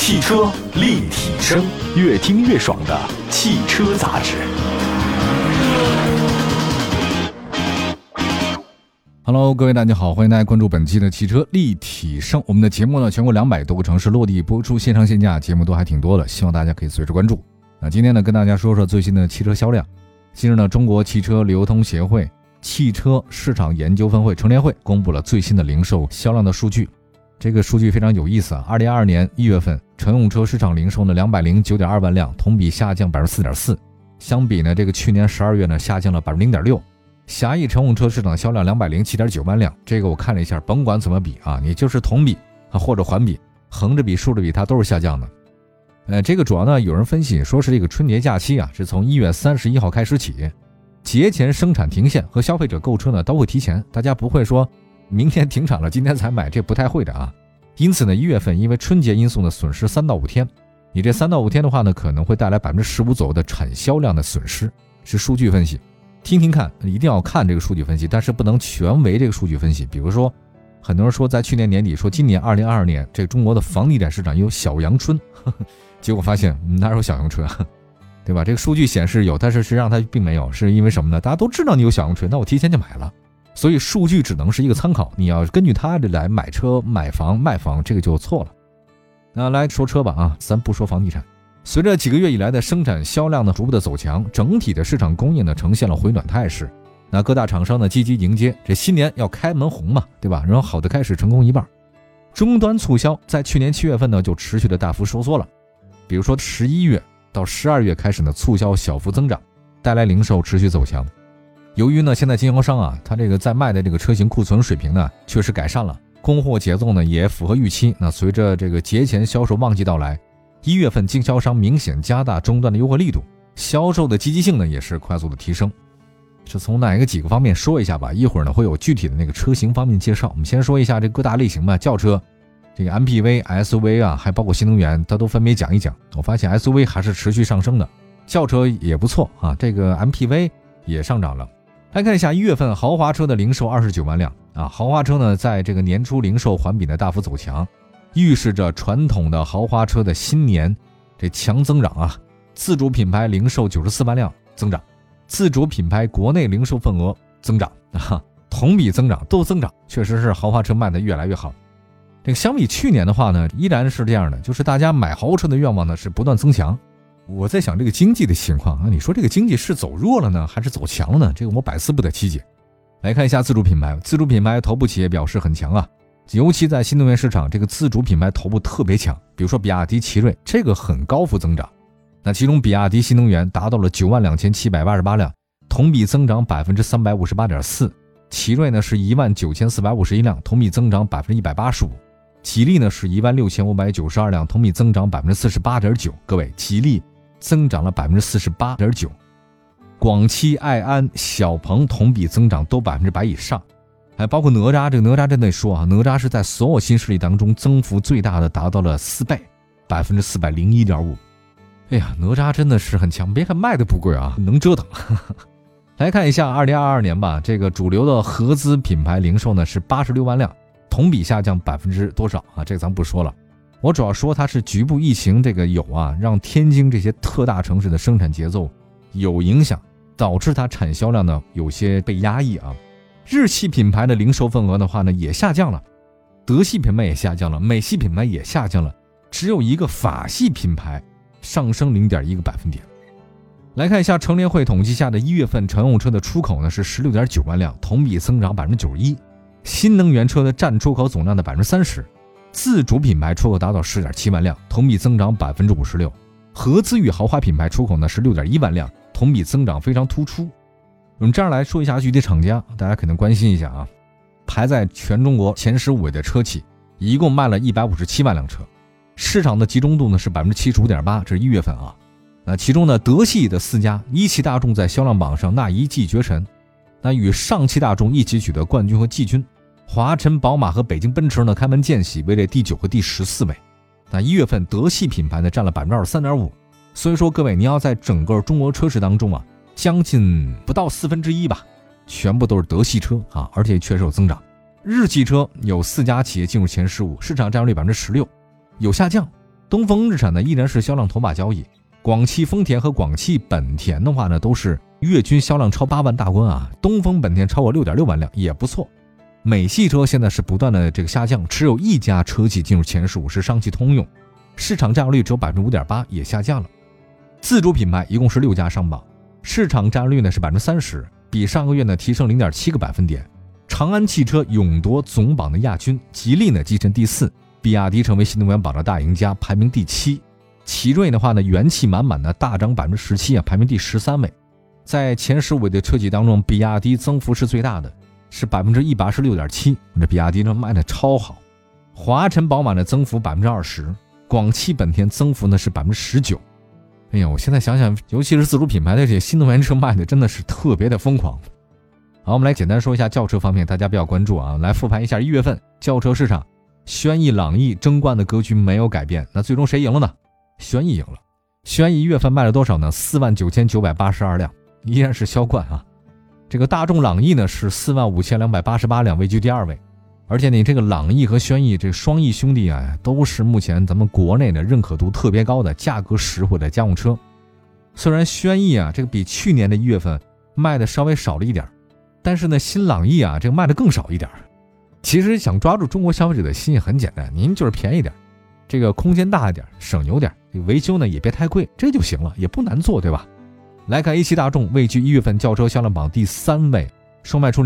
汽车立体声，越听越爽的汽车杂志。 Hello， 各位大家好，欢迎大家关注本期的汽车立体声。我们的节目呢，全国200多个城市落地播出，线上线下节目都还挺多的，希望大家可以随时关注。那今天呢，跟大家说说最新的汽车销量。近日呢，中国汽车流通协会汽车市场研究分会成联会公布了最新的零售销量的数据。这个数据非常有意思啊！2022年1月份，乘用车市场零售呢209.2万辆，同比下降 4.4%。相比呢，这个去年12月呢下降了 0.6%。狭义乘用车市场销量207.9万辆，这个我看了一下，甭管怎么比啊，你就是同比或者环比，横着比竖着比，它都是下降的。这个主要呢，有人分析说是这个春节假期啊，是从1月31号开始起，节前生产停线和消费者购车呢都会提前，大家不会说明天停产了今天才买，这不太会的啊。因此呢，1月份因为春节因素呢损失3到5天，你这3到5天的话呢，可能会带来 15% 左右的产销量的损失，是数据分析。听听看，一定要看这个数据分析，但是不能全为这个数据分析。比如说很多人说在去年年底说今年2022年这中国的房地产市场有小阳春，结果发现哪有小阳春啊，对吧？这个数据显示有，但是实际上它并没有，是因为什么呢？大家都知道你有小阳春，那我提前就买了，所以数据只能是一个参考，你要根据它来买车买房卖房，这个就错了。那来说车吧啊，咱不说房地产。随着几个月以来的生产销量呢逐步的走强，整体的市场供应呢呈现了回暖态势。那各大厂商呢积极迎接这新年要开门红嘛，对吧？然后好的开始成功一半。终端促销在去年7月份呢就持续的大幅收缩了，比如说11月到12月开始呢促销小幅增长，带来零售持续走强。由于呢现在经销商啊，他这个在卖的这个车型库存水平呢确实改善了，供货节奏呢也符合预期。那随着这个节前销售旺季到来，1月份经销商明显加大终端的优惠力度，销售的积极性呢也是快速的提升。是从几个方面说一下吧，一会儿呢会有具体的那个车型方面介绍。我们先说一下这各大类型吧，轿车、这个 MPV、SUV 啊，还包括新能源，它都分别讲一讲。我发现 SUV 还是持续上升的，轿车也不错啊，这个 MPV 也上涨了。来看一下1月份豪华车的零售29万辆啊，豪华车呢在这个年初零售环比呢大幅走强，预示着传统的豪华车的新年这强增长啊。自主品牌零售94万辆增长，自主品牌国内零售份额增长啊，同比增长都增长，确实是豪华车卖得越来越好。这个相比去年的话呢，依然是这样的，就是大家买豪车的愿望呢是不断增强。我在想这个经济的情况啊，你说这个经济是走弱了呢还是走强了呢？这个我百思不得其解。来看一下自主品牌，自主品牌头部企业表示很强啊，尤其在新能源市场，这个自主品牌头部特别强，比如说比亚迪、奇瑞，这个很高幅增长。那其中比亚迪新能源达到了92788辆，同比增长 358.4%， 奇瑞呢是19451辆，同比增长 185%， 吉利呢是16592辆，同比增长 48.9%。 各位，吉利增长了 48.9%， 广汽埃安、小鹏同比增长都100%以上。还包括哪吒，这个哪吒真得说啊，哪吒是在所有新势力当中增幅最大的，达到了4倍 401.5%。 哎呀，哪吒真的是很强，别看卖的不贵啊，能折腾。来看一下2022年吧，这个主流的合资品牌零售呢是86万辆，同比下降多少啊？这个咱不说了，我主要说它是局部疫情这个有啊，让天津这些特大城市的生产节奏有影响，导致它产销量呢有些被压抑啊。日系品牌的零售份额的话呢也下降了，德系品牌也下降了，美系品牌也下降了，只有一个法系品牌上升 0.1个百分点。来看一下乘联会统计下的1月份乘用车的出口呢是 16.9 万辆，同比增长 91%， 新能源车的占出口总量的 30%， 自主品牌出口达到 10.7 万辆，同比增长 56%， 合资与豪华品牌出口呢是 6.1 万辆，同比增长非常突出。我们这样来说一下具体厂家，大家可能关心一下啊。排在全中国前15位的车企，一共卖了157万辆车，市场的集中度呢是 75.8%， 这是1月份啊。那其中呢，德系的4家，一汽大众在销量榜上那一骑绝尘，那与上汽大众一起取得冠军和季军。华晨宝马和北京奔驰呢开门见喜位列第9和第14位。那1月份德系品牌呢占了 23.5%， 所以说各位你要在整个中国车市当中啊，将近不到1/4吧，全部都是德系车啊，而且确实有增长。日系车有4家企业进入前15，市场占有率 16%， 有下降。 东风日产呢依然是销量头把交椅，广汽丰田和广汽本田的话呢都是月均销量超8万大关啊，东风本田超过 6.6 万辆也不错。美系车现在是不断的这个下降，只有一家车企进入前10，是上汽通用，市场占有率只有 5.8%， 也下降了。自主品牌一共是6家上榜，市场占有率呢是 30%， 比上个月呢提升 0.7个百分点。长安汽车勇夺总榜的亚军，吉利呢跻身第4，比亚迪成为新能源榜的大赢家，排名第7。奇瑞的话呢元气满满的大涨 17%， 排名第13位。在前15位的车企当中，比亚迪增幅是最大的，是 126.7%， 这比亚迪呢卖的超好。华晨宝马的增幅 20%， 广汽本田增幅呢是 19%。 哎呀，我现在想想，尤其是自主品牌的这些新能源车卖的真的是特别的疯狂。好，我们来简单说一下轿车方面，大家比较关注啊，来复盘一下1月份轿车市场，轩逸、朗逸争冠的格局没有改变，那最终谁赢了呢？轩逸赢了。轩逸1月份卖了多少呢？49982辆，依然是销冠啊。这个大众朗逸呢是45288辆，位居第2位。而且你这个朗逸和轩逸这双翼兄弟啊，都是目前咱们国内的认可度特别高的价格实惠的家用车。虽然轩逸啊这个比去年的1月份卖的稍微少了一点，但是呢新朗逸啊这个卖的更少一点。其实想抓住中国消费者的心也很简单，您就是便宜点，这个空间大一点，省油点，维修呢也别太贵，这就行了，也不难做，对吧？来看A7大众，位居1月份轿车销量榜第3位，售卖出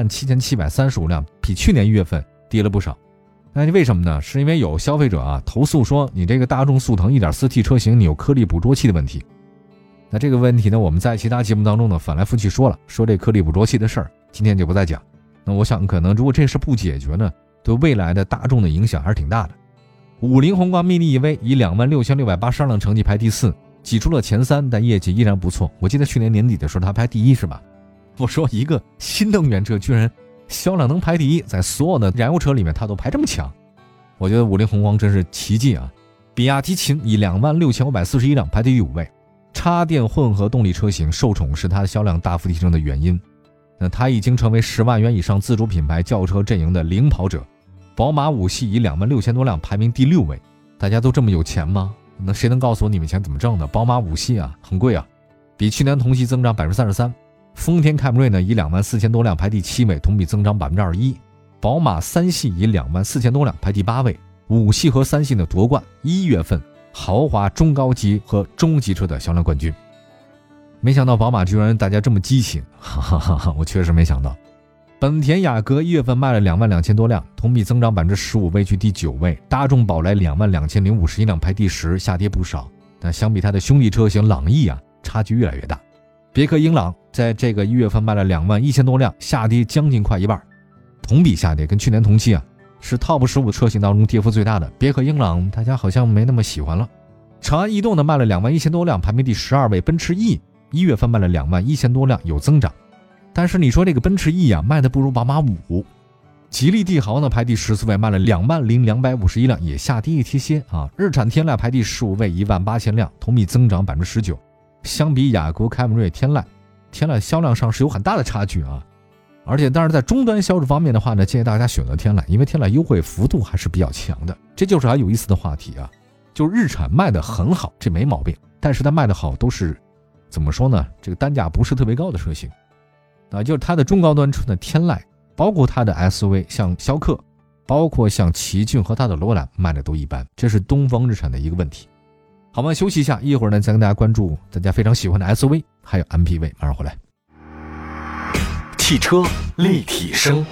27735辆，比去年1月份跌了不少。那为什么呢？是因为有消费者啊投诉说你这个大众速腾 1.4T 车型你有颗粒捕捉器的问题。那这个问题呢我们在其他节目当中呢反来覆去说这颗粒捕捉器的事儿，今天就不再讲。那我想可能如果这事不解决呢，对未来的大众的影响还是挺大的。50宏光 mini EV 以26682辆成绩排第4，挤出了前3，但业绩依然不错。我记得去年年底的时候它排第1是吧？我说一个新能源车居然销量能排第1，在所有的燃油车里面它都排这么强，我觉得50宏光真是奇迹啊。比亚迪秦以26541辆排第第5位，插电混合动力车型受宠是它的销量大幅提升的原因。那它已经成为10万元以上自主品牌轿车阵营的领跑者。宝马5系以26000多辆排名第6位。大家都这么有钱吗？那谁能告诉我你们钱怎么挣的？宝马5系啊很贵啊，比去年同期增长 33%。丰田凯美瑞呢以24000多辆排第7位，同比增长 21%。宝马3系以24000多辆排第8位。5系和3系呢夺冠，1月份豪华中高级和中级车的销量冠军。没想到宝马居然大家这么激情，我确实没想到。本田雅阁1月份卖了22000多辆，同比增长 15%， 位居第9位。大众宝来22051辆排第10，下跌不少。但相比它的兄弟车型朗逸啊，差距越来越大。别克英朗在这个1月份卖了21000多辆，下跌将近快一半，同比下跌，跟去年同期啊是 TOP 15车型当中跌幅最大的。别克英朗大家好像没那么喜欢了。长安逸动呢卖了21000多辆，排名第12位。奔驰 E 1月份卖了21000多辆，有增长。但是你说这个奔驰 E 啊卖的不如宝马5。吉利帝豪呢排第14位，卖了20251辆，也下跌一些啊。日产天籁排第15位，18000辆，同比增长 19%。相比雅阁、凯美瑞、天籁销量上是有很大的差距啊。而且但是在终端销售方面的话呢，建议大家选择天籁，因为天籁优惠幅度还是比较强的。这就是还有意思的话题啊，就是日产卖的很好，这没毛病，但是它卖的好都是怎么说呢，这个单价不是特别高的车型啊，就是它的中高端车的天籁，包括它的 SUV 像逍客，包括像奇骏和它的罗兰卖的都一般，这是东风日产的一个问题。好吧，休息一下，一会儿呢再跟大家关注大家非常喜欢的 SUV 还有 MPV， 马上回来。 汽车立体声，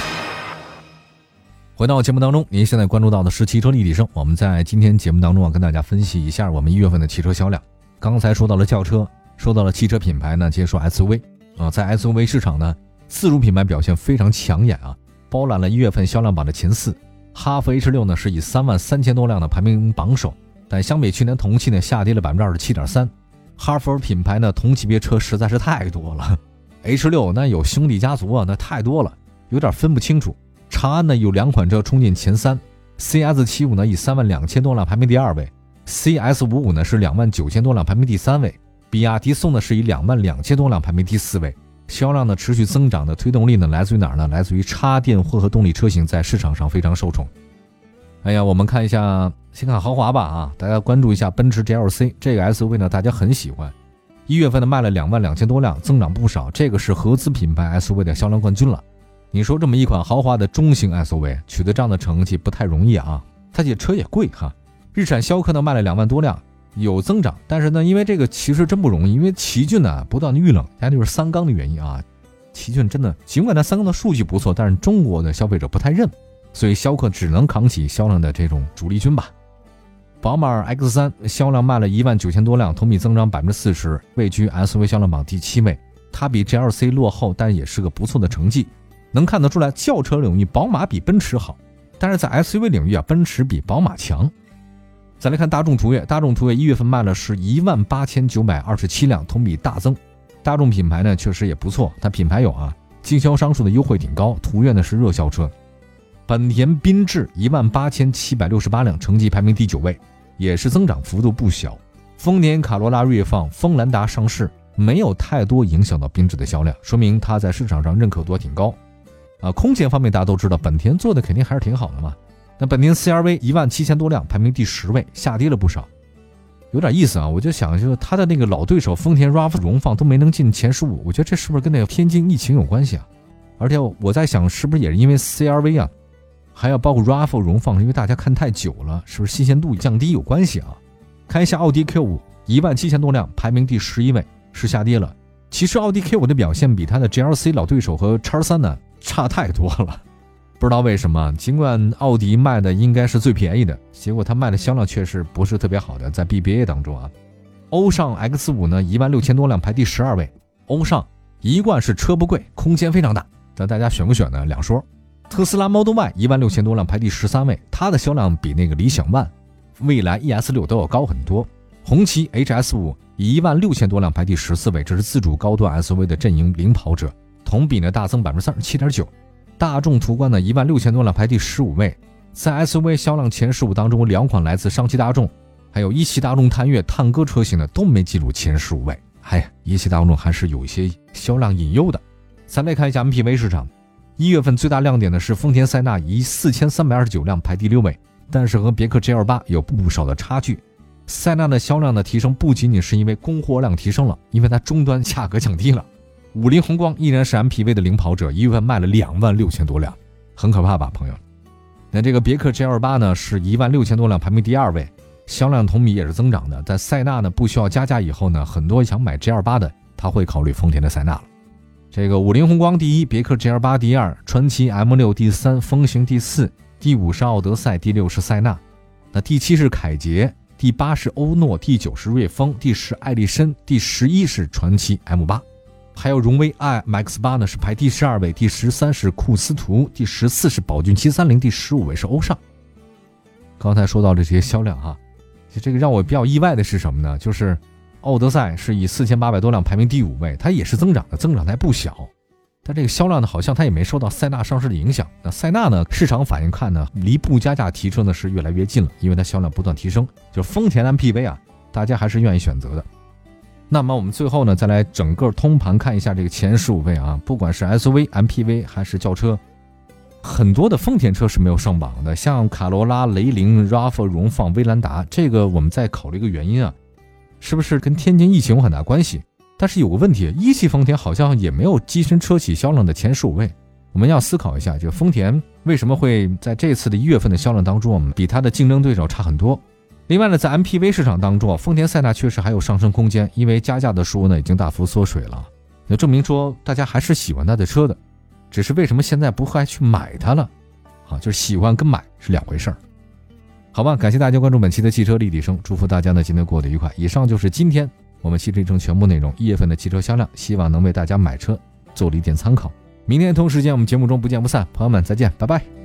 回到节目当中，您现在关注到的是汽车立体声。我们在今天节目当中跟大家分析一下我们1月份的汽车销量。刚才说到了轿车，说到了汽车品牌呢，接着说 SUV 在 SUV 市场呢，自主品牌表现非常抢眼啊，包揽了1月份销量榜的前4。哈弗 H6 呢是以33000多辆的排名榜首，但相比去年同期呢下跌了 27.3%。哈弗品牌呢同级别车实在是太多了，H6 那有兄弟家族啊，那太多了，有点分不清楚。长安呢有2款车冲进前3， CS75 呢以32000多辆排名第2位， CS55 呢是29000多辆排名第3位，比亚迪宋呢是以22000多辆排名第4位。销量呢持续增长的推动力呢来自于哪儿呢？来自于插电混合动力车型在市场上非常受宠。 哎呀，我们看一下，先看豪华吧啊，大家关注一下奔驰 GLC 这个 SUV 呢，大家很喜欢。1月份呢卖了22000多辆，增长不少，这个是合资品牌 SUV 的销量冠军了。你说这么一款豪华的中型 SUV 取得这样的成绩不太容易啊，它这车也贵哈。日产逍客呢卖了2万多辆，有增长，但是呢，因为这个其实真不容易，因为奇骏呢不断的遇冷，它就是三缸的原因啊。奇骏真的尽管它三缸的数据不错，但是中国的消费者不太认，所以逍客只能扛起销量的这种主力军吧。宝马 X3 销量卖了19000多辆，同比增长40%，位居 SUV 销量榜第7位。它比 GLC 落后，但也是个不错的成绩。能看得出来，轿车领域宝马比奔驰好，但是在 SUV 领域啊，奔驰比宝马强。再来看大众途岳，大众途岳1月份卖了是18927辆，同比大增。大众品牌呢确实也不错，它品牌有啊，经销商数的优惠挺高，途岳呢是热销车。本田缤智18768辆，成绩排名第9位，也是增长幅度不小。丰田卡罗拉锐放、锋兰达上市，没有太多影响到缤智的销量，说明它在市场上认可度挺高。空前方面大家都知道，本田做的肯定还是挺好的嘛。那本田 CR-V 17000多辆，排名第10位，下跌了不少，有点意思啊。我就想，就是他的那个老对手丰田 RAV4 荣放都没能进前15，我觉得这是不是跟那个天津疫情有关系啊？而且我在想，是不是也是因为 CR-V 啊，还有包括 RAV4 荣放，因为大家看太久了，是不是新鲜度降低有关系啊？看一下奥迪 Q5 17000多辆，排名第11位，是下跌了。其实奥迪 Q5 的表现比它的 GLC 老对手和 X3 呢差太多了，不知道为什么，尽管奥迪卖的应该是最便宜的，结果它卖的销量确实不是特别好的，在 BBA 当中啊。欧尚 X5 呢16000多辆，排第12位。欧尚一贯是车不贵，空间非常大，但大家选不选呢两说。特斯拉 Model Y 16000多辆，排第13位，它的销量比那个理想 ONE、蔚来 ES6 都要高很多。红旗 HS5 16000多辆，排第14位，这是自主高端 SUV 的阵营领跑者，同比呢大增 37.9%。大众途观呢16000多辆，排第15位。在 SUV 销量前15当中，2款来自上汽大众，还有一汽大众探岳、探歌车型呢都没进入前15位。一汽大众还是有一些销量隐忧的。再来看一下 MPV 市场，1月份最大亮点的是丰田塞纳以4329辆排第6位，但是和别克 GL8 有不少的差距。塞纳的销量的提升不仅仅是因为供货量提升了，因为它终端价格降低了。五菱宏光依然是 MPV 的领跑者，1月份卖了26000多辆，很可怕吧朋友。那这个别克 GL8 呢是16000多辆，排名第2位，销量同比也是增长的。在塞纳呢不需要加价以后呢，很多想买 GL8 的他会考虑丰田的塞纳了。这个五菱宏光第1，别克 GL8 第2，传祺 M6 第3，风行第4，第5是奥德赛，第6是塞纳，那第7是凯捷，第8是欧诺，第9是瑞风，第10艾力绅，第11是传祺 M8， 还有荣威 iMAX8 呢是排第12位，第13是库斯图，第14是宝骏730，第15位是欧尚。刚才说到这些销量哈，这个让我比较意外的是什么呢？就是奥德赛是以4800多辆排名第5位，它也是增长的，增长还不小，但这个销量呢好像它也没受到塞纳上市的影响。那塞纳呢市场反应看呢，离不加价提车呢是越来越近了，因为它销量不断提升，就是丰田 MPV 啊，大家还是愿意选择的。那么我们最后呢再来整个通盘看一下这个前15位啊，不管是 SUV、MPV 还是轿车，很多的丰田车是没有上榜的，像卡罗拉、雷凌、RAV4 荣放、威兰达，这个我们再考虑一个原因啊，是不是跟天津疫情有很大关系？但是有个问题，一汽丰田好像也没有跻身车企销量的前15位。我们要思考一下，这个丰田为什么会在这次的1月份的销量当中比它的竞争对手差很多。另外呢，在 MPV 市场当中，丰田塞纳确实还有上升空间，因为加价的数呢已经大幅缩水了，也证明说大家还是喜欢它的车的，只是为什么现在不会去买它了就是喜欢跟买是两回事儿。好吧，感谢大家关注本期的汽车立体声，祝福大家呢今天过得愉快。以上就是今天我们汽车立体声全部内容，1月份的汽车销量，希望能为大家买车做了一点参考。明天同时间我们节目中不见不散，朋友们再见，拜拜。